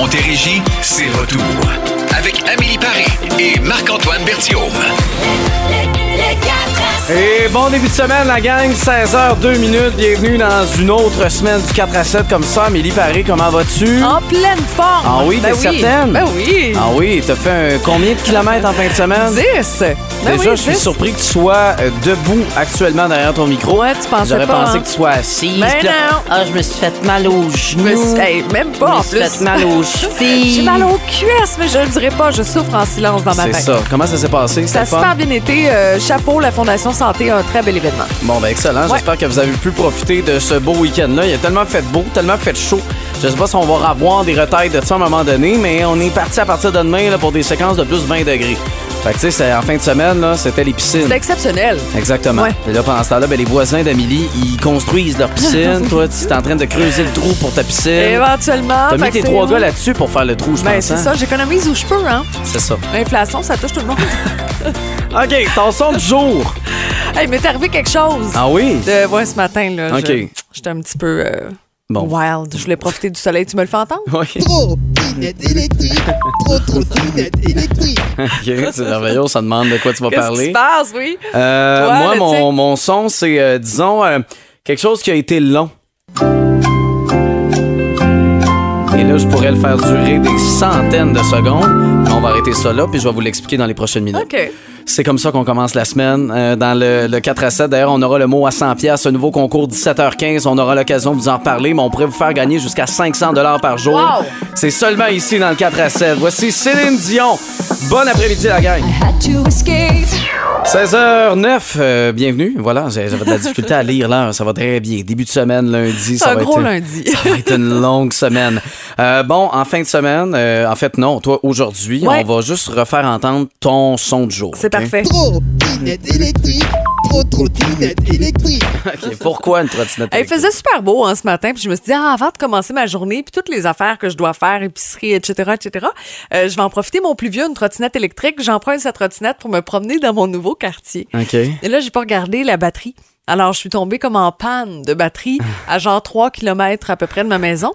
Montérégie, c'est retour. Avec Amélie Paris et Marc-Antoine Berthiaume. Et bon début de semaine, la gang, 16h02. Bienvenue dans une autre semaine du 4 à 7 comme ça. Amélie Paris, comment vas-tu? En pleine forme. Ah oui, t'es certaine? Ben oui. Ah oui, t'as fait combien de kilomètres en fin de semaine? 10. Ben Déjà, oui, je suis 10. surpris que tu sois debout actuellement derrière ton micro. Ouais, tu pensais J'aurais pas, pensé hein? que tu sois assise. Ben puis là, non. Ah, je me suis fait mal aux genoux. Hey, même pas en Je me plus. suis fait mal aux chevilles. J'ai mal aux cuisses, mais je le dirais pas. Je souffre en silence dans ma C'est tête. ça. Comment ça s'est passé? Ça a C'était le super fun? bien été. Chapeau, la Fondation Santé, un très bel événement. Bon, ben excellent. Ouais. J'espère que vous avez pu profiter de ce beau week-end-là. Il a tellement fait beau, tellement fait chaud. Je sais pas si on va avoir des retailles de ça à un moment donné, mais on est parti à partir de demain là, pour des séquences de plus 20 degrés. Fait que tu sais, en fin de semaine, là, c'était les piscines. C'est exceptionnel. Exactement. Ouais. Et là, pendant ce temps-là, ben, les voisins d'Amélie, ils construisent leur piscine. Toi, tu es en train de creuser le trou pour ta piscine. Éventuellement. T'as mis fait que tes c'est- 3 gars là-dessus pour faire le trou, je Ben, pense. c'est hein? ça. J'économise où je peux, hein. C'est ça. L'inflation, ça touche tout le monde. OK, ton son du jour. Hey, mais t'es arrivé quelque chose. Ah oui? Ouais, ce matin, là. OK. J'étais un petit peu Bon. wild. Je voulais profiter du soleil. Tu me le fais entendre? Oui. Trop trottinette électrique, trop trottinette électrique. OK, c'est merveilleux. Ça demande de quoi tu vas Qu'est-ce qui parler. se passe, oui? Moi, le tien? mon son, c'est, disons, quelque chose qui a été long. Et là, je pourrais le faire durer des centaines de secondes. Mais on va arrêter ça là, puis je vais vous l'expliquer dans les prochaines minutes. OK. C'est comme ça qu'on commence la semaine. Dans le 4 à 7, d'ailleurs, on aura le mot à 100$, ce nouveau concours 17h15. On aura l'occasion de vous en reparler, mais on pourrait vous faire gagner jusqu'à 500$ par jour. Wow! C'est seulement ici dans le 4 à 7. Voici Céline Dion. Bon après-midi, la gang. 16h09, bienvenue. Voilà, j'avais de la difficulté à lire l'heure. Ça va très bien. Début de semaine, lundi. C'est un gros lundi. Ça va être une longue semaine. Bon, en fin de semaine, en fait, non, toi, aujourd'hui, Ouais. on va juste refaire entendre ton son de jour. C'est OK? parfait. Trottinette électrique, trop trottinette électrique. OK, pourquoi une trottinette Il électrique? faisait super beau ce matin, puis je me suis dit, avant de commencer ma journée, puis toutes les affaires que je dois faire, épicerie, etc., je vais en profiter. Mon plus vieux, une trottinette électrique, j'emprunte cette trottinette pour me promener dans mon nouveau quartier. OK. Et là, j'ai pas regardé la batterie. Alors, je suis tombée comme en panne de batterie à genre 3 km à peu près de ma maison.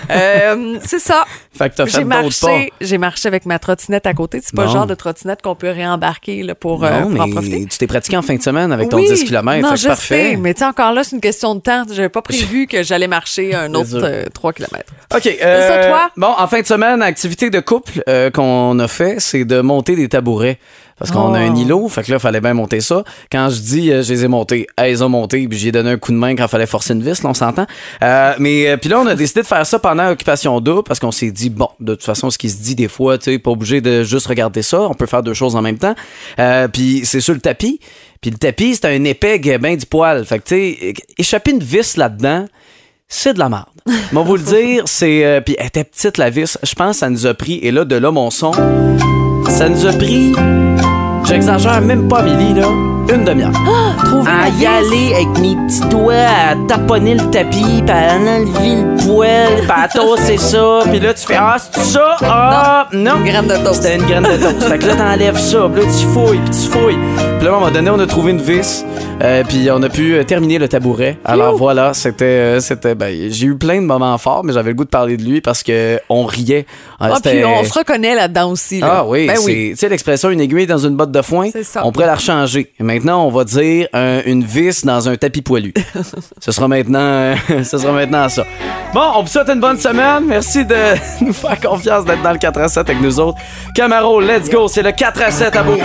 C'est ça. Fait que t'as fait d'autres pas. J'ai marché avec ma trottinette à côté. C'est pas le Bon. genre de trottinette qu'on peut réembarquer là, pour Non, en mais profiter. tu t'es pratiqué en fin de semaine avec ton Oui. 10 km. Non, Fait que je parfait. sais, mais tu sais, encore là, c'est une question de temps. J'avais pas prévu que j'allais marcher un C'est sûr. autre 3 km. OK. ça, toi? Bon, en fin de semaine, activité de couple qu'on a fait, c'est de monter des tabourets. Parce qu'on a un îlot, fait que là, il fallait bien monter ça. Quand je dis je les ai montés, elles ont monté, puis j'ai donné un coup de main quand il fallait forcer une vis, là, on s'entend. Mais puis là, on a décidé de faire ça pendant Occupation Double parce qu'on s'est dit, bon, de toute façon, ce qui se dit des fois, tu sais, pas obligé de juste regarder ça, on peut faire deux choses en même temps. Puis c'est sur le tapis. Puis le tapis, c'est un épais ben du poil. Fait que, tu sais, échapper une vis là-dedans, c'est de la merde. Moi, vous le dire, c'est... puis elle était petite, la vis. Je pense que ça nous a pris, et là, de là, mon son, ça nous a pris... J'exagère même pas, Amélie, là. Une demi-heure. Trouver À la y vis. aller avec mes petits doigts, à taponner le tapis, puis à enlever le poêle, puis à tosser ça, puis là, tu fais « Ah, c'est ça? Ah, non! » Une graine de toast. C'était une graine de toast. Fait que là, t'enlèves ça, puis là, tu fouilles, puis tu fouilles. Puis là, à un moment donné, on a trouvé une vis, puis on a pu terminer le tabouret. Alors voilà, c'était ben, j'ai eu plein de moments forts, mais j'avais le goût de parler de lui parce que on riait. Puis on se reconnaît là-dedans aussi. Là. Ah oui, Ben c'est, tu sais, l'expression une aiguille dans une botte de foin, C'est ça. on pourrait la rechanger. Et maintenant, on va dire une vis dans un tapis poilu. Ce sera maintenant ça. Bon, on vous souhaite une bonne semaine. Merci de nous faire confiance d'être dans le 4 à 7 avec nous autres. Camaro, let's go, c'est le 4 à 7 à bout.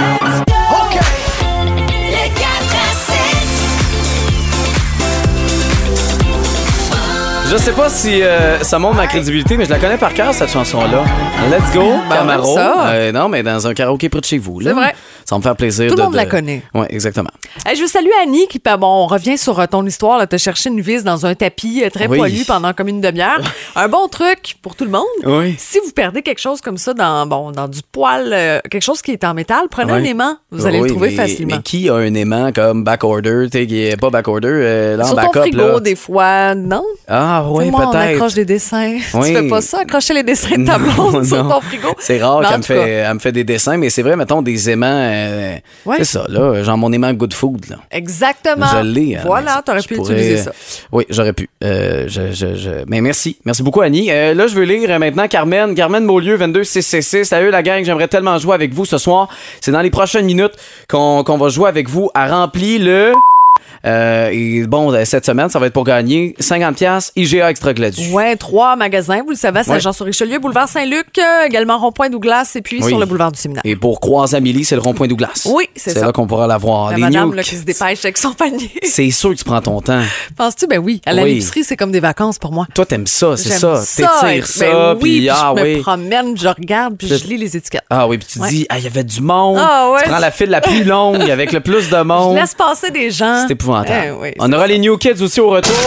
Je sais pas si ça montre ma crédibilité, mais je la connais par cœur, cette chanson-là. Let's go, Camaro. ça. Non, mais dans un karaoké près de chez vous. Là. C'est vrai. Ça va me faire plaisir. Tout le monde la connaît. Oui, exactement. Hey, je veux saluer Annie qui, bon, on revient sur ton histoire. Là, t'as cherché une vis dans un tapis très Oui. poilu pendant comme une demi-heure. Un bon truc pour tout le monde. Oui. Si vous perdez quelque chose comme ça dans du poil, quelque chose qui est en métal, prenez un Oui. aimant. Vous allez Oui, le trouver mais, facilement. Mais qui a un aimant comme backorder, tu sais, qui est pas backorder, là, en Sur ton backup, frigo, là? des fois, non? Ah oui, Tu sais, moi, on peut-être. accroche des dessins. Oui. Tu fais pas ça, accrocher les dessins de ta blonde sur Non. ton frigo? C'est rare Mais en qu'elle tout cas, elle me fait des dessins, mais c'est vrai, mettons, des aimants Ouais. C'est ça, là, genre mon aimant Good Food, là. Exactement. Je l'ai. Voilà, t'aurais pu utiliser ça. Oui, j'aurais pu. Mais merci. Merci beaucoup, Annie. Là, je veux lire maintenant Carmen. Carmen Beaulieu, 22666. Salut, la gang. J'aimerais tellement jouer avec vous ce soir. C'est dans les prochaines minutes qu'on va jouer avec vous à remplir le... et bon, cette semaine, ça va être pour gagner 50$ IGA Extra Gladu. Ouais, 3 magasins, vous le savez, Saint-Jean-sur-Richelieu, boulevard Saint-Luc, également Rond-Point Douglas et puis sur le boulevard du Séminaire. Et pour Croix-Amélie, c'est le Rond-Point Douglas. Oui, c'est ça. C'est là qu'on pourra l'avoir. La Les madame Nukes, là, qui se dépêche avec son panier. c'est sûr que tu prends ton temps. Penses-tu? Ben oui. À l'épicerie, c'est comme des vacances pour moi. Toi, t'aimes ça, c'est J'aime ça. T'étires ça, ben oui, puis je me promène, je regarde, puis je lis les étiquettes. Ah oui, puis tu te dis, il y avait du monde. Ah ouais. Tu prends la file la plus longue avec le plus de monde. Je laisse passer des gens. C'est épouvantable. Oui, on aura les New Kids aussi au retour.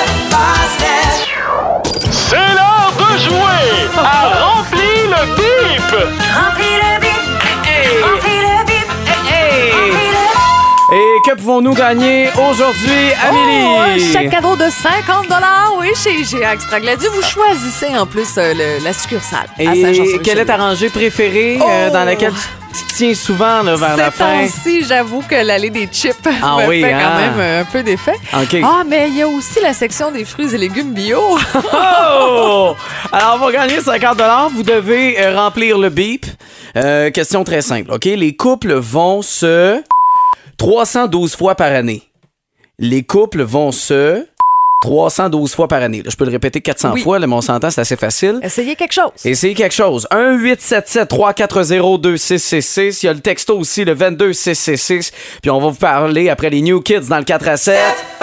C'est l'heure de jouer à Remplis le bip! Remplis le bip! Remplis le bip! Remplis le Et que pouvons-nous gagner aujourd'hui, Amélie? Un chèque cadeau de 50 $, oui, chez IGA Extra Gladu. Vous choisissez en plus la succurale à Et Saint-Jean-sur-Richelieu. quelle est ta rangée préférée dans laquelle tu te tiens souvent là, vers la fin? Ces temps-ci, j'avoue que l'allée des chips me fait quand même un peu d'effet. OK. Ah, mais il y a aussi la section des fruits et légumes bio. Oh! Alors, on va gagner 50$. Vous devez remplir le bip. Question très simple, OK? Les couples vont se 312 fois par année. Les couples vont se 312 fois par année. Là, je peux le répéter 400 fois, là, mais on s'entend, c'est assez facile. Essayez quelque chose. Essayez quelque chose. 1-877-340-2666. Il y a le texto aussi, le 22666. Puis on va vous parler après les New Kids dans le 4 à 7.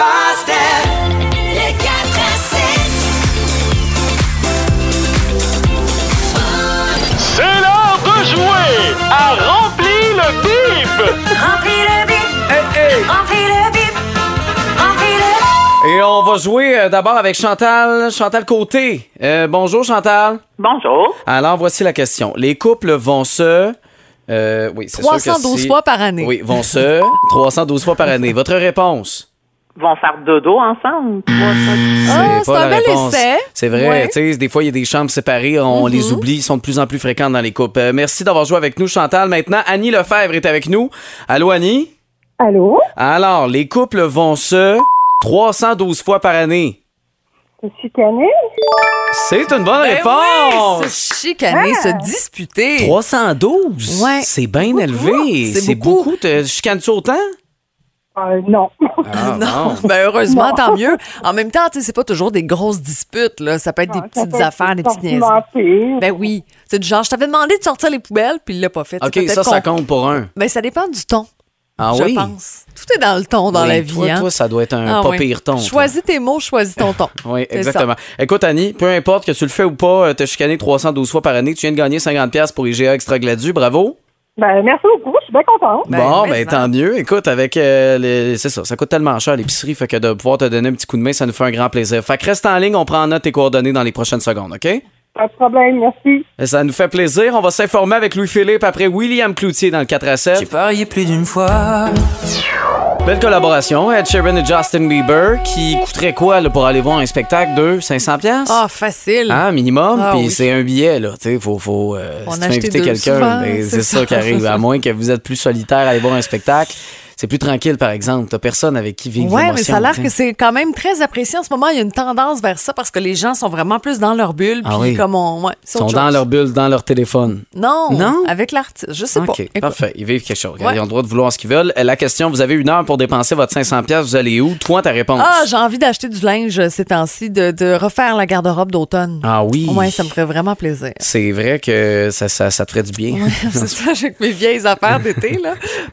Le 4 à 7. C'est l'heure de jouer à Remplis le bip! Remplis le bip! Remplis le bip! Remplis le bip! Et on va jouer d'abord avec Chantal Côté. Bonjour Chantal. Bonjour. Alors voici la question. Les couples vont se... oui, c'est sûr que 312 fois par année. Oui, vont se 312 fois par année. Votre réponse? Vont faire dodo ensemble. Ah, c'est pas un la bel réponse. essai. C'est vrai, Ouais. tu sais, des fois, il y a des chambres séparées, on les oublie, ils sont de plus en plus fréquents dans les couples. Merci d'avoir joué avec nous, Chantal. Maintenant, Annie Lefebvre est avec nous. Allô, Annie? Allô? Alors, les couples vont se 312 fois par année. Je suis tannée. C'est une bonne Ben réponse! oui, se chicaner, se disputer. 312? Ouais. C'est bien élevé. C'est C'est beaucoup. beaucoup. Te chicanes-tu autant? Non. Ah, Non, bon. ben heureusement, Non. tant mieux. En même temps, tu sais, c'est pas toujours des grosses disputes, là. Ça peut être des petites affaires, des petites niaiseries. niaiseries. Ben oui. C'est du genre, je t'avais demandé de sortir les poubelles, puis il l'a pas fait. OK, C'est peut-être ça qu'on- compte pour un. Ben ça dépend du ton. Ah je oui? pense. Tout est dans le ton dans Oui, la vie. toi, hein? toi, ça doit être un Ah pas oui. pire ton. toi. Choisis tes mots, choisis ton ton. Oui, C'est exactement. Écoute, Annie, peu importe que tu le fais ou pas, t'as chicané 312 fois par année, tu viens de gagner 50$ pour IGA Extra Gladu, bravo. Ben, merci beaucoup. Je suis bien contente. Bon, mais ben ça. tant mieux. Écoute, avec c'est ça coûte tellement cher à l'épicerie, fait que de pouvoir te donner un petit coup de main, ça nous fait un grand plaisir. Fait que reste en ligne, on prend en note tes coordonnées dans les prochaines secondes, OK? Pas de problème, merci. Et ça nous fait plaisir. On va s'informer avec Louis-Philippe après William Cloutier dans le 4 à 7. J'ai parié plus d'une fois. Belle collaboration, Ed Sheeran et Justin Bieber, qui coûterait quoi là, pour aller voir un spectacle de 500$? Ah, facile. Ah, minimum, Ah, puis oui. c'est un billet, là. Tu sais, faut si On tu a veux acheté inviter deux quelqu'un, souvent, ben, c'est c'est ça ça. qui arrive. À moins que vous êtes plus solitaire à aller voir un spectacle. C'est plus tranquille, par exemple. T'as personne avec qui vivre Ouais, l'émotion. mais ça a l'air tu que sais. c'est quand même très apprécié en ce moment. Il y a une tendance vers ça parce que les gens sont vraiment plus dans leur bulle. Ah Puis oui. comme ouais, Ils c'est sont autre dans chose. leur bulle, dans leur téléphone. Non, Non? avec l'artiste. Je sais pas. OK, Écoute. parfait. Ils vivent quelque chose. Ouais. Ils ont le droit de vouloir ce qu'ils veulent. La question, vous avez 1 heure pour dépenser votre 500$. Vous allez où? Toi, ta réponse? Ah, j'ai envie d'acheter du linge ces temps-ci, de refaire la garde-robe d'automne. Ah oui? Ouais, ça me ferait vraiment plaisir. C'est vrai que ça te ferait du bien. C'est ça, avec mes vieilles affaires d'été, là.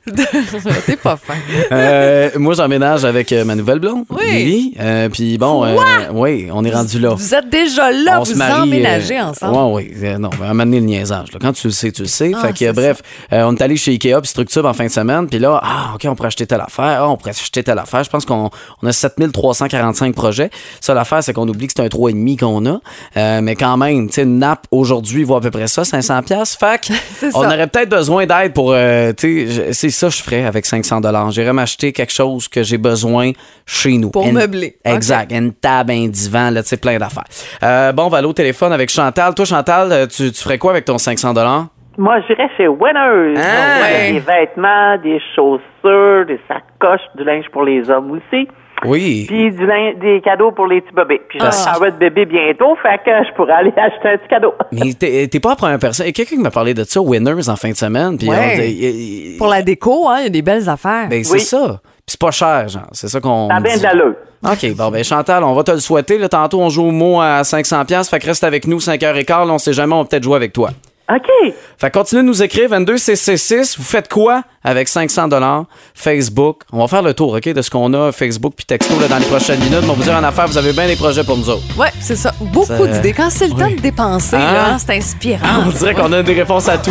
T'es pas fin. Moi, j'emménage avec ma nouvelle blonde, Oui. Lily. Puis bon, oui, on est rendu là. Vous êtes déjà là, On se vous marie, emménagez ensemble. Oui. Non, on va amener le niaisage. Là. Quand tu le sais, tu le sais. Ah, fait que, c'est bref, on est allé chez Ikea puis Structube en fin de semaine. Puis là, OK, on pourrait acheter telle affaire. On pourrait acheter telle affaire. Je pense qu'on a 7345 projets. Ça, l'affaire, c'est qu'on oublie que c'est un 3,5 qu'on a. Mais quand même, tu sais, une nappe aujourd'hui vaut à peu près ça, 500$. Fait que C'est on ça. aurait peut-être besoin d'aide pour, tu sais, c'est ça que je ferais avec 500$. J'irais m'acheter quelque chose que j'ai besoin chez nous. Pour meubler. Exact. Une table, un divan, là, tu sais, plein d'affaires. Bon, on va aller au téléphone avec Chantal. Toi, Chantal, tu ferais quoi avec ton 500$? Moi, j'irais chez Winners. Ah, ouais. Des vêtements, des chaussures, des sacoches, du linge pour les hommes aussi. Oui. Puis des cadeaux pour les petits bébés. Puis j'ai un shower de bébé bientôt, fait que je pourrais aller acheter un petit cadeau. Mais t'es pas la première personne. Il y a quelqu'un qui m'a parlé de ça, Winners, en fin de semaine. Puis Ouais. Pour la déco, hein, il y a des belles affaires. Ben, c'est ça. Puis c'est pas cher, genre. C'est ça qu'on. Ça a bien dit. de l'allure. OK, bon, ben Chantal, on va te le souhaiter. Là, tantôt, on joue au mot à 500$. Fait que reste avec nous, 5h15. Là, on sait jamais, on va peut-être jouer avec toi. OK. Fait que continuez de nous écrire. 22CC6. Vous faites quoi avec 500$? Facebook. On va faire le tour, OK, de ce qu'on a Facebook puis texto là, dans les prochaines minutes. Mais on va vous dire en affaires, vous avez bien des projets pour nous autres. Ouais, c'est ça. Beaucoup Ça- d'idées. Quand c'est le temps de dépenser, Hein? là, c'est inspirant. On dirait qu'on a des réponses à tout.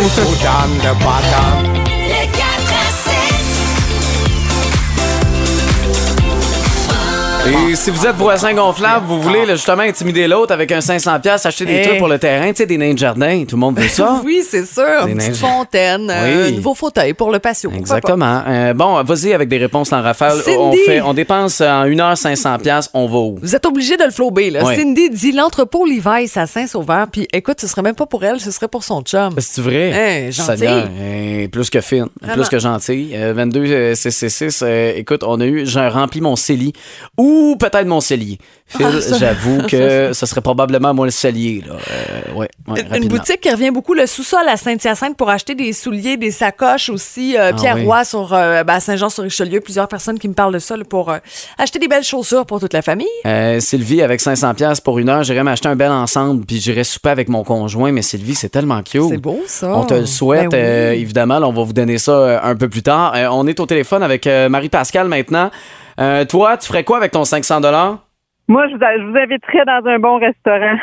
Et si vous êtes voisin gonflable, vous voulez là, justement intimider l'autre avec un 500$, acheter des Hey. trucs pour le terrain, tu sais, des nains de jardin, tout le monde veut ça. Oui, c'est sûr. Des Une petite neiges. fontaine, Oui. un nouveau fauteuil pour le patio. pourquoi pas. Exactement. Bon, vas-y avec des réponses en rafale. Cindy. On dépense en 1 heure 500$, on va où? Vous êtes obligé de le flober, là. Ouais. Cindy dit l'entrepôt Levi's à Saint-Sauveur. Puis écoute, ce serait même pas pour elle, ce serait pour son chum. C'est vrai? Hein, gentil. Seigneur, plus que fine, Vraiment. plus que gentil. 22CC6, écoute, j'ai rempli mon CELI ou peut-être mon cellier. Phil, ça- j'avoue que ce serait probablement moi le cellier. Là. Ouais, Une rapidement. boutique qui revient beaucoup, le sous-sol à Saint-Hyacinthe, pour acheter des souliers, des sacoches aussi. Pierre oui. Roy sur à Saint-Jean-sur-Richelieu. Plusieurs personnes qui me parlent de ça là, pour acheter des belles chaussures pour toute la famille. Sylvie, avec 500$ pour 1 heure, j'irais m'acheter un bel ensemble puis j'irais souper avec mon conjoint. Mais Sylvie, c'est tellement cute. C'est beau, ça. On te le souhaite. Ben oui. Évidemment, là, on va vous donner ça un peu plus tard. On est au téléphone avec Marie-Pascale maintenant. Toi, tu ferais quoi avec ton 500$? Moi, je vous inviterais dans un bon restaurant.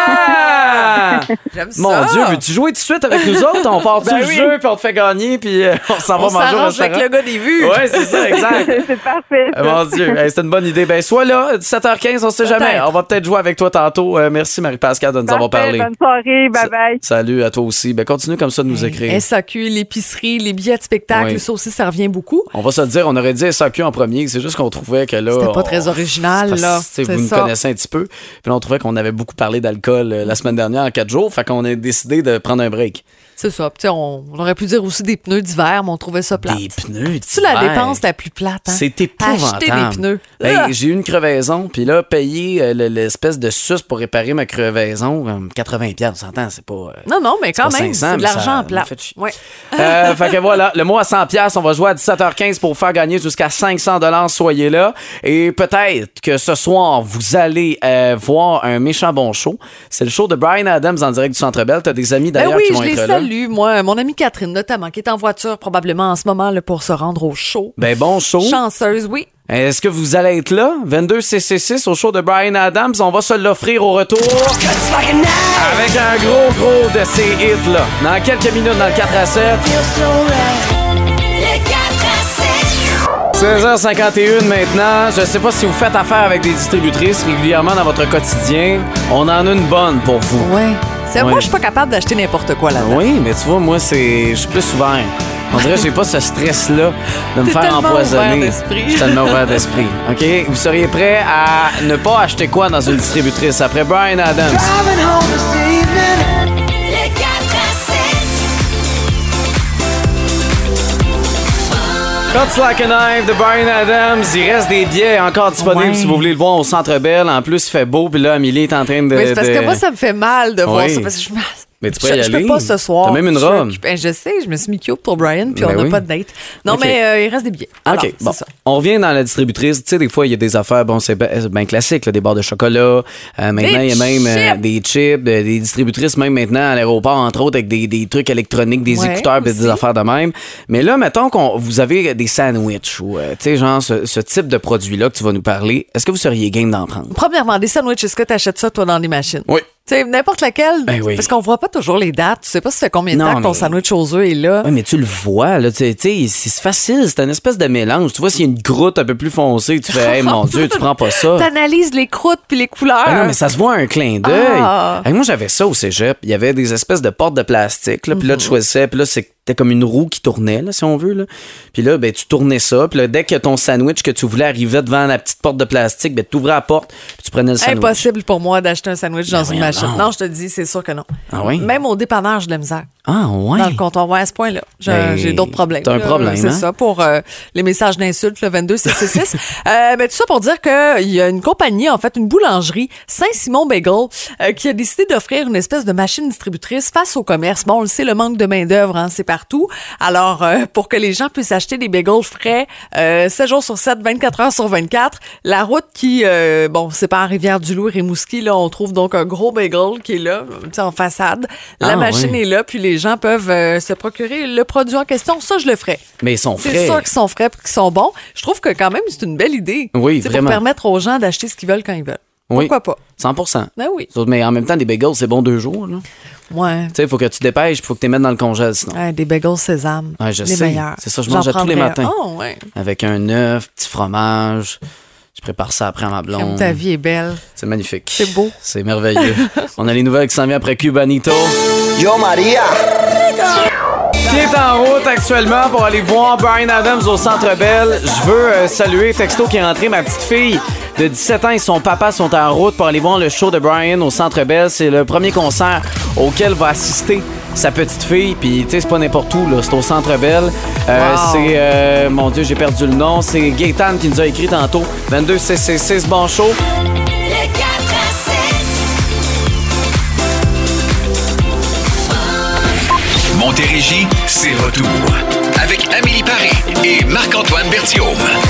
Ah! J'aime ça. Mon Dieu, veux-tu jouer tout de suite avec nous autres? On part Ben du oui. jeu, puis on te fait gagner, puis on s'en va On manger au s'arrange avec restaurant. le gars des vues. Ouais, c'est ça, exact. C'est parfait. ça. Mon Dieu, hey, c'est une bonne idée. Ben, sois là, 17h15, on sait Peut-être. jamais. On va peut-être jouer avec toi tantôt. Merci, Marie-Pascale, de nous avoir Parfait, parlé. bonne soirée, bye-bye. Salut à toi aussi. Ben, continue comme ça de nous écrire. SAQ, l'épicerie, les billets de spectacle, Oui. ça aussi, ça revient beaucoup. On va se le dire, on aurait dit SAQ en premier. C'est juste qu'on trouvait que là. C'était pas très original, parce que, là. tu sais, C'est vous nous ça. connaissez un petit peu. Puis là, on trouvait qu'on avait beaucoup parlé d'alcool la semaine dernière en 4 jours. Fait qu'on a décidé de prendre un break. C'est ça. Puis, tu sais, on aurait pu dire aussi des pneus d'hiver, mais on trouvait ça plate. Des pneus. C'est la d'hiver. dépense la plus plate. Hein? C'est épouvantable. Acheter des pneus. Hey, Ah! j'ai eu une crevaison, puis là, payer l'espèce de sus pour réparer ma crevaison, 80$, on s'entend, c'est pas. Non, non, mais quand pas même, 500, c'est de mais ça l'argent m'a plat. fait chier. Ouais. Fait que voilà, le mot à 100$, on va jouer à 17h15 pour vous faire gagner jusqu'à 500$. Soyez là. Et peut-être que ce soir, vous allez voir un méchant bon show. C'est le show de Bryan Adams en direct du Centre Bell. T'as des amis Ben d'ailleurs oui, qui vont je les être là. salue, moi. Mon amie Catherine, notamment, qui est en voiture probablement en ce moment là, pour se rendre au show. Ben bon show. Chanceuse, oui. Est-ce que vous allez être là? 22CC6 au show de Bryan Adams. On va se l'offrir au retour. Avec un gros de ces hits, là. Dans quelques minutes, dans le 4 à 7. 16h51 maintenant. Je sais pas si vous faites affaire avec des distributrices régulièrement dans votre quotidien. On en a une bonne pour vous. Ouais. Ouais. Moi, je suis pas capable d'acheter n'importe quoi là-dedans. Oui, mais tu vois, moi, je suis plus ouvert. On dirait que j'ai pas ce stress-là de me T'es faire tellement empoisonner. ouvert d'esprit. Je suis tellement ouvert d'esprit. OK? Vous seriez prêts à ne pas acheter quoi dans une distributrice après Bryan Adams? Cuts Like a Knife de Bryan Adams. Il reste des billets encore disponibles Ouais. si vous voulez le voir au Centre Bell. En plus, il fait beau. Puis là, Amélie est en train de... Mais c'est parce que moi, ça me fait mal de voir Oui. ça. Parce que Mais tu peux y je peux aller. pas ce soir. T'as même une robe. Je sais, je me suis mis cute pour Brian, puis Ben on n'a oui. pas de date. Non, Ok. mais il reste des billets. Alors, OK, bon. c'est ça. On revient dans la distributrice. Tu sais, des fois, il y a des affaires, bon, c'est bien classique, là, des barres de chocolat. Maintenant, il y a même chips. des chips, des distributrices, même maintenant à l'aéroport, entre autres, avec des trucs électroniques, des Ouais, écouteurs, puis des aussi. affaires de même. Mais là, mettons que vous avez des sandwichs ou, tu sais, genre, ce type de produit-là que tu vas nous parler. Est-ce que vous seriez game d'en prendre? Premièrement, des sandwichs, est-ce que tu achètes ça, toi, dans les machines? Oui. Tu sais, n'importe laquelle. Ben oui. Parce qu'on voit pas toujours les dates. Tu sais pas ça fait combien de Non, temps que ton mais- sandwich aux œufs est là. Oui, mais tu le vois, là, tu sais, c'est facile, c'est une espèce de mélange. Tu vois, s'il y a une croûte un peu plus foncée, tu fais, hey, mon Dieu, tu prends pas ça. T'analyses les croûtes puis les couleurs. Ah non, mais ça se voit un clin d'œil. Ah. Hey, moi, j'avais ça au cégep. Il y avait des espèces de portes de plastique. Là, puis là, tu choisissais. Puis là, c'est C'était comme une roue qui tournait, là, si on veut. Là. Puis là, ben, tu tournais ça. Puis là, dès que ton sandwich que tu voulais arrivait devant la petite porte de plastique, ben, tu ouvrais la porte puis tu prenais le sandwich. Impossible pour moi d'acheter un sandwich dans une machine. Non, je te dis, c'est sûr que non. Ah oui? Même au dépanneur, j'ai de la misère. Ah ouais? Dans le comptoir, ouais, à ce point-là. J'ai d'autres problèmes. T'as un problème, C'est hein? ça, pour les messages d'insultes, le 22666. Ben, tout ça pour dire qu'il y a une compagnie, en fait, une boulangerie, Saint-Simon Bagel, qui a décidé d'offrir une espèce de machine distributrice face au commerce. Bon, on le sait, le manque de main-d'œuvre, hein, c'est partout. Alors, pour que les gens puissent acheter des bagels frais 7 jours sur 7, 24 heures sur 24, la route qui, sépare Rivière-du-Loup et Rimouski, là, on trouve donc un gros bagel qui est là, en façade. La machine est là, puis les gens peuvent se procurer le produit en question. Ça, je le ferais. Mais ils sont frais. C'est sûr qu'ils sont frais et qu'ils sont bons. Je trouve que quand même, c'est une belle idée. Oui, vraiment. Pour permettre aux gens d'acheter ce qu'ils veulent quand ils veulent. Oui. Pourquoi pas? 100%. Ben oui. Mais en même temps, des bagels, c'est bon 2 jours. Là. Ouais. Tu sais, il faut que tu dépêches, il faut que tu les mettes dans le congèle sinon. Ouais, des bagels sésame. Ouais, je les sais. meilleurs. C'est ça, je mange à tous les matins. Oh, ouais. Avec un œuf, petit fromage. Je prépare ça après à ma blonde. Comme ta vie est belle. C'est magnifique. C'est beau. C'est merveilleux. On a les nouvelles qui s'en viennent après Cubanito. Yo, Maria! Qui est en route actuellement pour aller voir Bryan Adams au Centre Bell. Je veux saluer Texto qui est rentré, ma petite fille de 17 ans et son papa sont en route pour aller voir le show de Bryan au Centre Bell. C'est le premier concert auquel va assister sa petite fille. Puis, tu sais, c'est pas n'importe où, là. C'est au Centre Bell. C'est, mon Dieu, j'ai perdu le nom. C'est Gaëtan qui nous a écrit tantôt. 22CC6, bon show. Montérégie, c'est retour. Avec Amélie Paris et Marc-Antoine Berthiaume.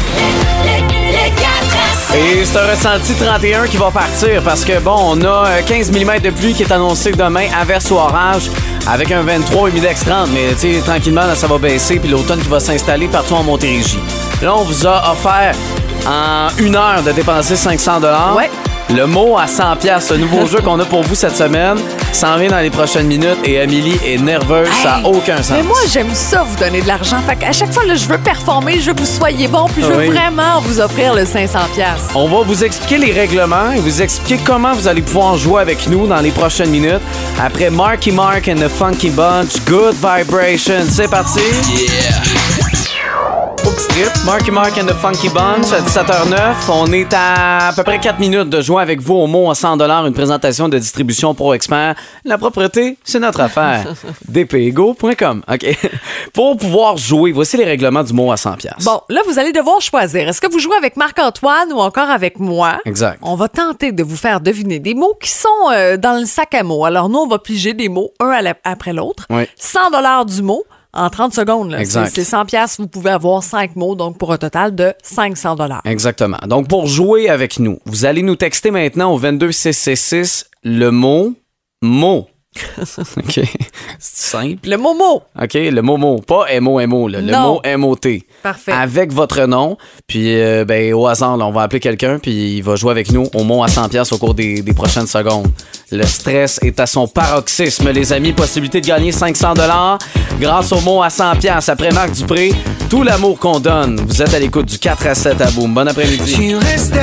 Et c'est un ressenti 31 qui va partir parce que, bon, on a 15 mm de pluie qui est annoncé demain, averse ou orage, avec un 23 humidex 30. Mais, tu sais, tranquillement, là, ça va baisser, puis l'automne qui va s'installer partout en Montérégie. Là, on vous a offert en 1 heure de dépenser 500 $. Ouais. Le mot à 100$, ce nouveau jeu qu'on a pour vous cette semaine, s'en vient dans les prochaines minutes et Amélie est nerveuse, ça n'a aucun sens. Mais moi, j'aime ça, vous donner de l'argent. Fait qu'à chaque fois, là, je veux performer, je veux que vous soyez bon, puis je veux vraiment vous offrir le 500$. On va vous expliquer les règlements et vous expliquer comment vous allez pouvoir jouer avec nous dans les prochaines minutes. Après Marky Mark and the Funky Bunch, Good Vibration. C'est parti? Yeah! Au petit trip, Marky Mark and the Funky Bunch à 17h09. On est à peu près 4 minutes de jouer avec vous au mot à 100$, une présentation de distribution Pro Expert. La propreté, c'est notre affaire. dpego.com. OK. Pour pouvoir jouer, voici les règlements du mot à 100$. Bon, là, vous allez devoir choisir. Est-ce que vous jouez avec Marc-Antoine ou encore avec moi? Exact. On va tenter de vous faire deviner des mots qui sont dans le sac à mots. Alors, nous, on va piger des mots un après l'autre. Oui. 100$ du mot. En 30 secondes, là. Exact. C'est 100$, vous pouvez avoir 5 mots, donc pour un total de 500$. Exactement. Donc, pour jouer avec nous, vous allez nous texter maintenant au 22666 le mot « mot ». OK. C'est simple. Le mot. OK, le mot. Pas M-O-M-O, là. Le Non. mot M-O-T. Parfait. Avec votre nom. Puis, au hasard, là, on va appeler quelqu'un, puis il va jouer avec nous au mot à 100$ au cours des prochaines secondes. Le stress est à son paroxysme, les amis. Possibilité de gagner 500$ grâce au mot à 100$. Après Marc Dupré, tout l'amour qu'on donne. Vous êtes à l'écoute du 4 à 7 à Boom. Bon après-midi. Tu restes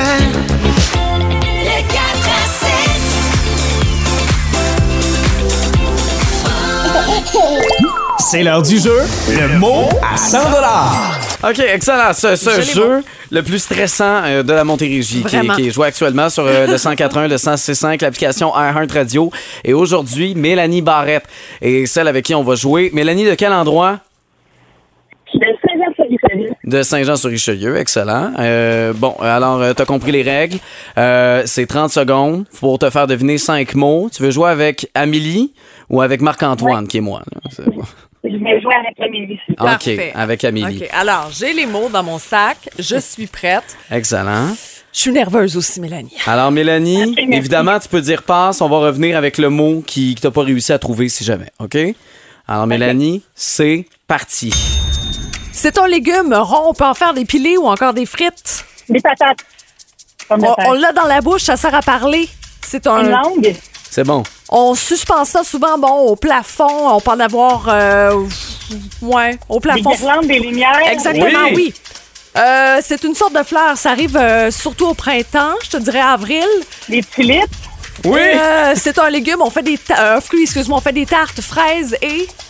C'est l'heure du jeu, le mot à 100$. OK, excellent. Ce jeu, le plus stressant de la Montérégie, qui est joué actuellement sur le 104.1, le 106.5, l'application iHeartRadio. Et aujourd'hui, Mélanie Barrette est celle avec qui on va jouer. Mélanie, de quel endroit? De Saint-Jean-sur-Richelieu. De Saint-Jean-sur-Richelieu, excellent. Bon, alors, t'as compris les règles. C'est 30 secondes pour te faire deviner 5 mots. Tu veux jouer avec Amélie ou avec Marc-Antoine, qui est moi? Là? Je vais jouer avec Amélie. Parfait. OK, avec Amélie. OK. Alors, j'ai les mots dans mon sac. Je suis prête. Excellent. Je suis nerveuse aussi, Mélanie. Alors, Mélanie, Merci. évidemment, tu peux dire passe. On va revenir avec le mot qui t'as pas réussi à trouver si jamais. OK? Alors, Mélanie, c'est parti. C'est un légume rond. On peut en faire des pilés ou encore des frites. Des patates. On l'a dans la bouche. Ça sert à parler. C'est Une langue. C'est bon. On suspend ça souvent, au plafond. On peut en avoir, au Des plafond. guirlandes, des lumières. Exactement, Oui. oui. C'est une sorte de fleur. Ça arrive surtout au printemps, je te dirais avril. Des tulipes. Oui! C'est un légume. On fait des fruit, excuse-moi. On fait des tartes fraises et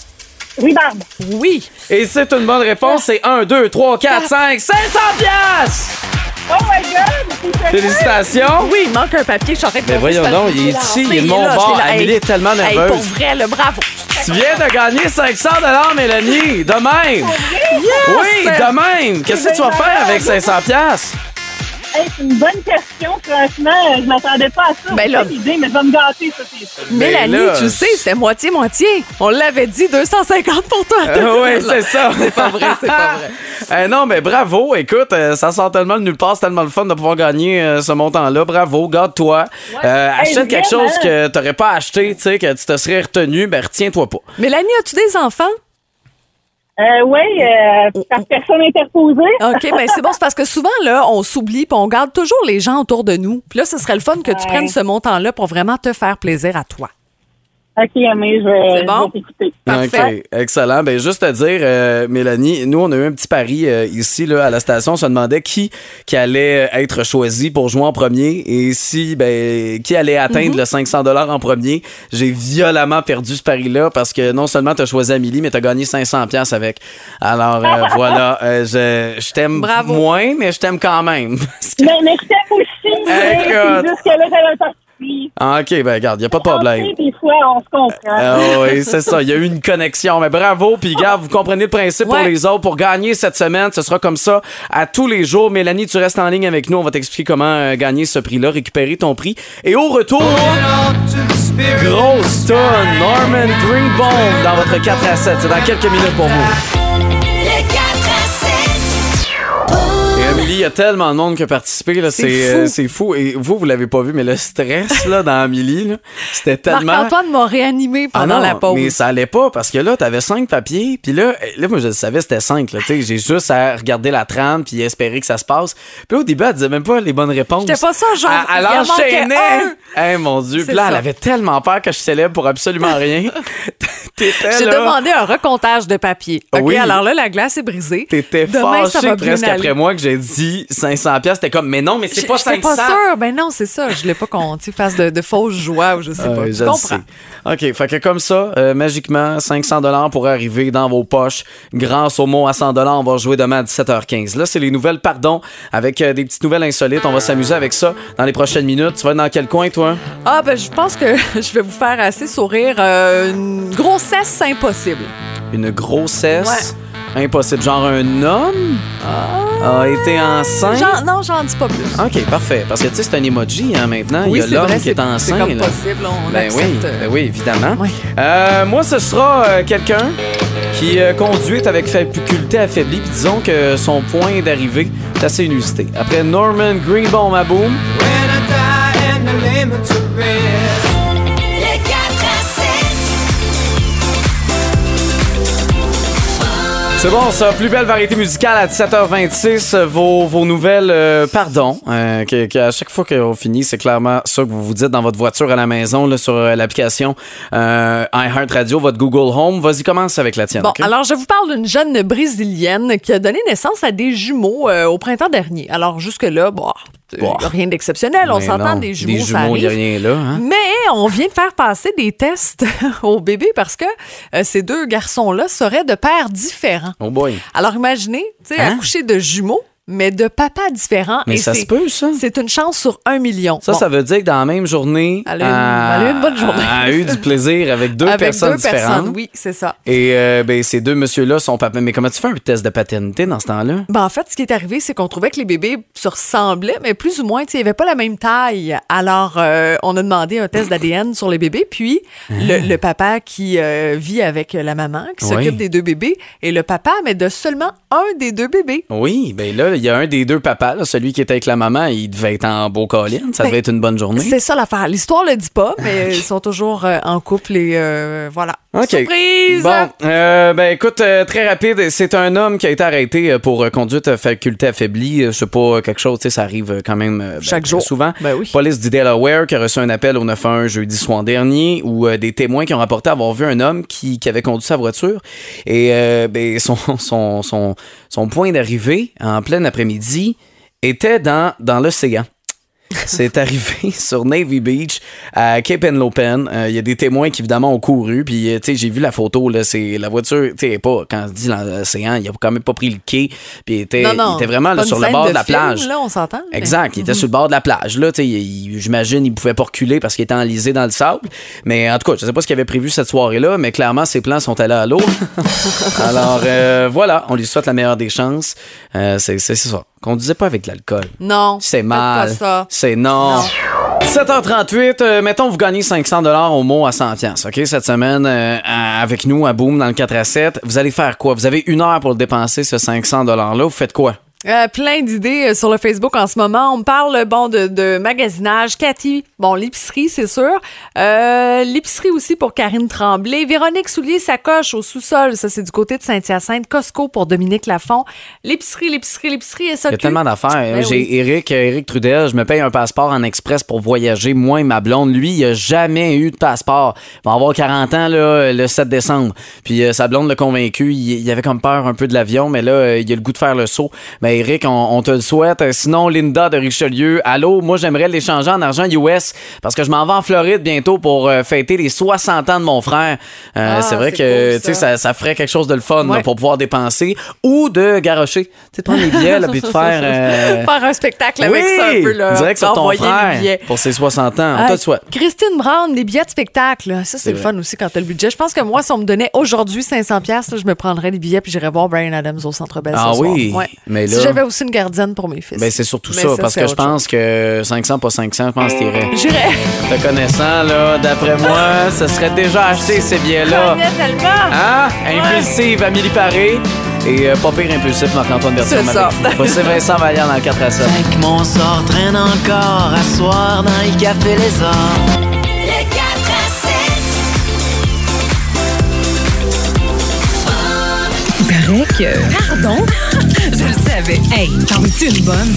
Rhubarbe. Oui. Et c'est une bonne réponse. C'est 1, 2, 3, 4, 5, 500 piastres! Oh my God! Félicitations! Oui, il manque un papier. Je suis en train de Mais compter, voyons c'est donc, parce que il est je l'ai ici, lancé, il est de mon là, bord. je l'ai- Amélie est tellement Hey, nerveuse. pour vrai, le bravo. Tu viens de gagner 500 $ Mélanie. De même. Yes! Oui, de même. Qu'est-ce que tu vas faire avec 500 piastres? Hey, c'est une bonne question, franchement. Je m'attendais pas à ça. Ben là- J'ai idée, mais je vais me gâter, ça, c'est sûr. Mélanie, là, tu sais, c'est moitié-moitié. On l'avait dit, 250 pour toi. Oui, c'est ça. C'est pas vrai, c'est pas vrai. Non, mais bravo. Écoute, ça sort tellement de nulle part. C'est tellement le fun de pouvoir gagner ce montant-là. Bravo, garde-toi. Achète quelque vraiment. chose que t'aurais pas acheté, tu sais, que tu te serais retenu. Ben, retiens-toi pas. Mélanie, as-tu des enfants? Oui, par personne interposée. OK, ben c'est bon, c'est parce que souvent, là, on s'oublie puis on garde toujours les gens autour de nous. Puis là, ce serait le fun que tu prennes ce montant-là pour vraiment te faire plaisir à toi. OK, Amé, C'est bon? je vais t'écouter. Parfait. OK, excellent. Ben juste te dire, Mélanie, nous, on a eu un petit pari ici là, à la station. On se demandait qui allait être choisi pour jouer en premier et qui allait atteindre le 500 $ en premier. J'ai violemment perdu ce pari-là parce que non seulement tu as choisi Amélie, mais tu as gagné 500 piastres avec. Alors, voilà, je t'aime Bravo. moins, mais je t'aime quand même. Parce que- Mais je t'aime aussi. mais Écoute. c'est juste que là, j'avais un parti. Ah, OK, ben regarde, il n'y a pas de problème. Des fois, on se comprend. Ah oui, c'est ça. Il y a eu une connexion. Mais bravo. Puis, gars, vous comprenez le principe pour Ouais. les autres. Pour gagner cette semaine, ce sera comme ça à tous les jours. Mélanie, tu restes en ligne avec nous. On va t'expliquer comment gagner ce prix-là, récupérer ton prix. Et au retour, grosse tonne, Norman Greenbaum dans votre 4 à 7. C'est dans quelques minutes pour vous. Et Amélie, il y a tellement de monde qui a participé. Là, c'est fou. Et vous l'avez pas vu, mais le stress là, dans Amélie, là, c'était tellement... Marc-Antoine m'a réanimé pendant la pause. Mais ça allait pas parce que là, t'avais 5 papiers. Puis là, moi, je le savais, c'était 5. Là, j'ai juste à regarder la trame puis espérer que ça se passe. Puis au début, elle disait même pas les bonnes réponses. J'étais pas ça, genre, Elle il en manquait enchaînait. Hey, mon Dieu. C'est Puis là, elle ça. avait tellement peur que je célèbre pour absolument rien. T'étais J'ai là. demandé un recomptage de papier. OK, Oui. alors là, la glace est brisée. T'étais Demain, ça fâché va bien presque aller. après moi que j'ai dit 500 piastres. T'es comme, mais non, mais c'est pas 500. J'étais pas sûre. Ben non, c'est ça. Je voulais pas qu'on fasse de fausses joies ou je sais pas. Tu Je le sais. comprends? OK, fait que comme ça, magiquement, 500 $ pourraient arriver dans vos poches. Grâce au mot à 100 $, on va jouer demain à 17h15. Là, c'est les nouvelles, pardon, avec des petites nouvelles insolites. On va s'amuser avec ça dans les prochaines minutes. Tu vas être dans quel coin, toi? Ah, ben je pense que je vais vous faire assez sourire. Une grossesse impossible. Une grossesse impossible. Genre un homme a été enceinte? Non, j'en dis pas plus. OK, parfait. Parce que, tu sais, c'est un emoji, hein, maintenant. Oui, il y a c'est l'homme vrai, qui est enceint. c'est comme là. possible. On Ben oui, accepte. ben oui, évidemment. Oui. Moi, ce sera quelqu'un qui conduit avec faculté affaiblie. Puis disons que son point d'arrivée est assez inusité. Après Norman Greenbaum à Boom. C'est bon, ça. Plus belle variété musicale à 17h26. Vos nouvelles, pardon, à chaque fois qu'on finit, c'est clairement ça que vous vous dites dans votre voiture à la maison, là, sur l'application iHeartRadio, votre Google Home. Vas-y, commence avec la tienne. Bon, OK? alors je vous parle d'une jeune Brésilienne qui a donné naissance à des jumeaux au printemps dernier. Alors jusque-là, rien d'exceptionnel. On Mais s'entend, non, des jumeaux, ça il n'y a arrive. rien là. Hein? Mais on vient de faire passer des tests au bébé parce que ces deux garçons-là seraient de pères différents. Oh boy. Alors imaginez, tu sais, Hein? accoucher de jumeaux, mais de papas différents. Mais Et ça c'est- se peut, ça? C'est une chance sur 1 million. Ça, Bon. ça veut dire que dans la même journée, Elle a eu une bonne journée. Elle a eu du plaisir avec deux Avec personnes deux différentes. personnes, oui, c'est ça. Et ces deux messieurs-là sont papas. Mais comment tu fais un test de paternité dans ce temps-là? Ben, en fait, ce qui est arrivé, c'est qu'on trouvait que les bébés se ressemblaient, mais plus ou moins, tu sais, ils n'avaient pas la même taille. Alors, on a demandé un test d'ADN sur les bébés, puis le papa qui vit avec la maman, qui Oui. s'occupe des deux bébés, et le papa, mais de seulement un des deux bébés. Oui, ben là, il y a un des deux papas, là, celui qui était avec la maman, il devait être en beau colline. Ça Ben, devait être une bonne journée. C'est ça l'affaire. L'histoire le dit pas, mais ils sont toujours en couple et voilà. OK. Surprise! Bon, écoute, très rapide, c'est un homme qui a été arrêté pour conduite à faculté affaiblie. C'est pas quelque chose, tu sais, ça arrive quand même Chaque très jour. souvent. Ben oui. Police du Delaware qui a reçu un appel au 911 jeudi soir dernier où des témoins qui ont rapporté avoir vu un homme qui avait conduit sa voiture et son point d'arrivée en plein après-midi était dans l'océan. C'est arrivé sur Navy Beach, à Cape Henlopen. Il y a des témoins qui, évidemment, ont couru. Puis, tu sais, j'ai vu la photo. Là, c'est la voiture, tu sais, pas, quand je dis l'océan, il a quand même pas pris le quai. Puis, il était vraiment là, sur le bord de la plage. Là, on s'entend. Exact. Il était sur le bord de la plage. Là, tu sais, j'imagine, il pouvait pas reculer parce qu'il était enlisé dans le sable. Mais en tout cas, je sais pas ce qu'il avait prévu cette soirée-là, mais clairement, ses plans sont allés à l'eau. Alors, voilà, on lui souhaite la meilleure des chances. C'est ça. Conduisez pas avec de l'alcool. Non. C'est mal. Pas ça. C'est non. 17h38, mettons vous gagnez 500$ au mot à 100$, OK? Cette semaine, avec nous à Boom dans le 4 à 7, vous allez faire quoi? Vous avez 1 heure pour le dépenser, ce 500$-là. Vous faites quoi? Plein d'idées sur le Facebook en ce moment. On me parle de magasinage. Cathy, l'épicerie, c'est sûr. L'épicerie aussi pour Karine Tremblay. Véronique Soulier, sacoche au sous-sol. Ça, c'est du côté de Saint-Hyacinthe. Costco pour Dominique Lafont. L'épicerie, et ça. Il y a tellement d'affaires. Ben J'ai Éric Trudel. Je me paye un passeport en express pour voyager. Moi et ma blonde, lui, il a jamais eu de passeport. Il va avoir 40 ans là, le 7 décembre. Puis sa blonde l'a convaincu. Il avait comme peur un peu de l'avion, mais là, il a le goût de faire le saut. Mais Éric, on te le souhaite. Sinon, Linda de Richelieu, allô, moi j'aimerais l'échanger en argent US parce que je m'en vais en Floride bientôt pour fêter les 60 ans de mon frère. C'est vrai que cool, ça ferait quelque chose de le fun là, pour pouvoir dépenser ou de garrocher. Tu sais, prendre les billets là, puis de faire... faire un spectacle avec ça un peu. Là, direct sur ton frère pour ses 60 ans. On te le souhaite. Christine Brown, des billets de spectacle. Là. Ça, c'est le fun aussi quand t'as le budget. Je pense que moi, si on me donnait aujourd'hui 500$, là, je me prendrais des billets puis j'irais voir Bryan Adams au Centre Bell ce soir. Oui, mais là... Si j'avais aussi une gardienne pour mes fils. Ben c'est surtout ça, parce que je pense que 500, pas 500, je pense que t'irais. J'irais. Te connaissant, là, d'après moi, ça serait déjà acheté ces billets-là. Hein? Impulsive, Amélie Paré. Et pas pire impulsif, Marc-Antoine Berthiaume. C'est ça. C'est Vincent Valliant dans le 4 à 7. Fait que mon sort traîne encore à soir dans les cafés Les Arts. Le 4 à 7. Il paraît que... Pardon? Je le savais. Hey, t'en veux-tu une bonne?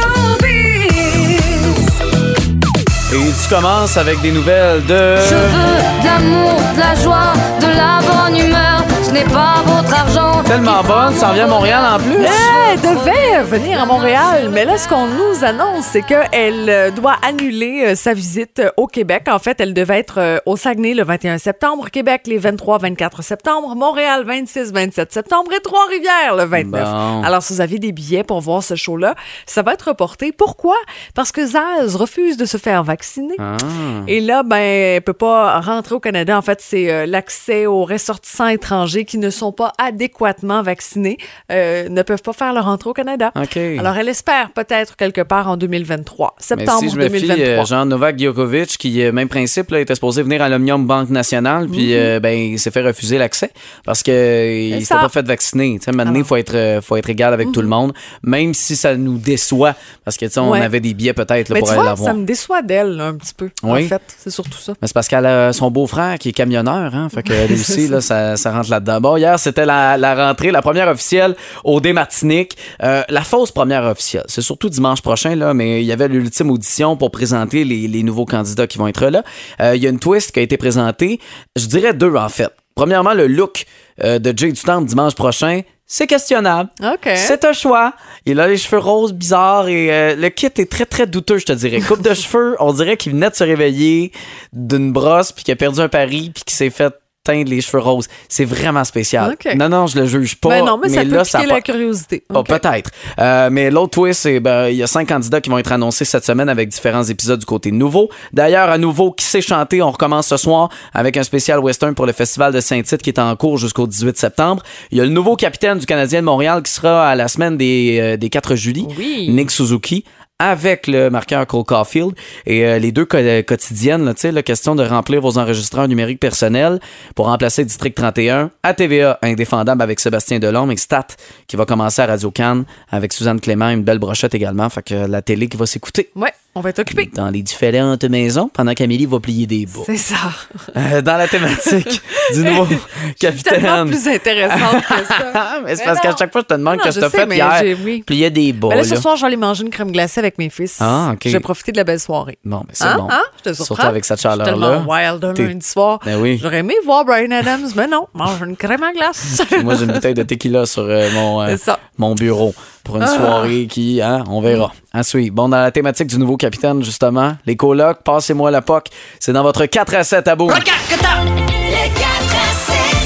Et tu commences avec des nouvelles de... Je veux de l'amour, de la joie, de la bonne humeur. Ce n'est pas votre argent. Tellement bonne, ça en vient à Montréal en plus. Elle devait venir à Montréal, mais là, ce qu'on nous annonce, c'est qu'elle doit annuler sa visite au Québec. En fait, elle devait être au Saguenay le 21 septembre, Québec les 23-24 septembre, Montréal 26-27 septembre et Trois-Rivières le 29. Bon. Alors, si vous avez des billets pour voir ce show-là, ça va être reporté. Pourquoi? Parce que Zaz refuse de se faire vacciner. Ah. Et là, elle peut pas rentrer au Canada. En fait, c'est l'accès aux ressortissants étrangers qui ne sont pas adéquatement vaccinés ne peuvent pas faire leur entrée au Canada. Okay. Alors, elle espère peut-être quelque part en 2023, septembre 2023. Mais si je me fie, Jean Novak Djokovic, qui, même principe, là, était supposé venir à l'Omnium Banque Nationale, puis il s'est fait refuser l'accès parce qu'il ne s'était pas fait vacciner. Maintenant, il faut être égal avec tout le monde, même si ça nous déçoit, parce que on avait des billets peut-être là, pour aller l'avoir. Ça me déçoit d'elle là, un petit peu, en fait. C'est surtout ça. Mais c'est parce qu'elle a son beau-frère qui est camionneur, hein, fait qu'elle aussi, là, ça rentre là-dedans. Bon, hier, c'était la rentrée, la première officielle au Martinique. La fausse première officielle, c'est surtout dimanche prochain, là, mais il y avait l'ultime audition pour présenter les nouveaux candidats qui vont être là. Il y a une twist qui a été présentée. Je dirais 2, en fait. Premièrement, le look de Jay du Temple dimanche prochain, c'est questionnable. Okay. C'est un choix. Il a les cheveux roses bizarres et le kit est très, très douteux, je te dirais. Coupe de cheveux, on dirait qu'il venait de se réveiller d'une brosse puis qu'il a perdu un pari puis qu'il s'est fait teindre les cheveux roses. C'est vraiment spécial. Okay. Non, je le juge pas. Non, mais ça peut piquer la curiosité. Oh, peut-être. Mais l'autre twist, c'est il y a 5 candidats qui vont être annoncés cette semaine avec différents épisodes du côté nouveau. D'ailleurs, à nouveau, qui sait chanter, on recommence ce soir avec un spécial western pour le Festival de Saint-Tite qui est en cours jusqu'au 18 septembre. Il y a le nouveau capitaine du Canadien de Montréal qui sera à la semaine des 4 juillet, Nick Suzuki, avec le marqueur Cole Caulfield et les 2 quotidiennes, là, la question de remplir vos enregistreurs numériques personnels pour remplacer District 31, à TVA Indéfendable avec Sébastien Delorme et Stat qui va commencer à Radio-Cannes avec Suzanne Clément, une belle brochette également, fait que la télé qui va s'écouter. Ouais. On va être occupé. Dans les différentes maisons, pendant qu'Amélie va plier des bas. C'est ça. Dans la thématique du nouveau capitaine. C'est tellement plus intéressante que ça. Mais c'est parce qu'à chaque fois, je te demande que je t'ai fait hier. Plier des bas. Mais là, ce soir, je vais aller manger une crème glacée avec mes fils. Ah, OK. Je vais profiter de la belle soirée. Bon, mais c'est bon. Je te surprends. Surtout avec cette chaleur-là. Je suis tellement wild un lundi soir. Ben oui. J'aurais aimé voir Bryan Adams, mais non. Mange une crème à glace. Moi, j'ai une bouteille de tequila sur mon bureau pour une soirée qui, on verra. À suivre. Bon, dans la thématique du nouveau capitaine, justement. Les colocs, passez-moi la POC. C'est dans votre 4 à 7 à boum. Le 4 à 7.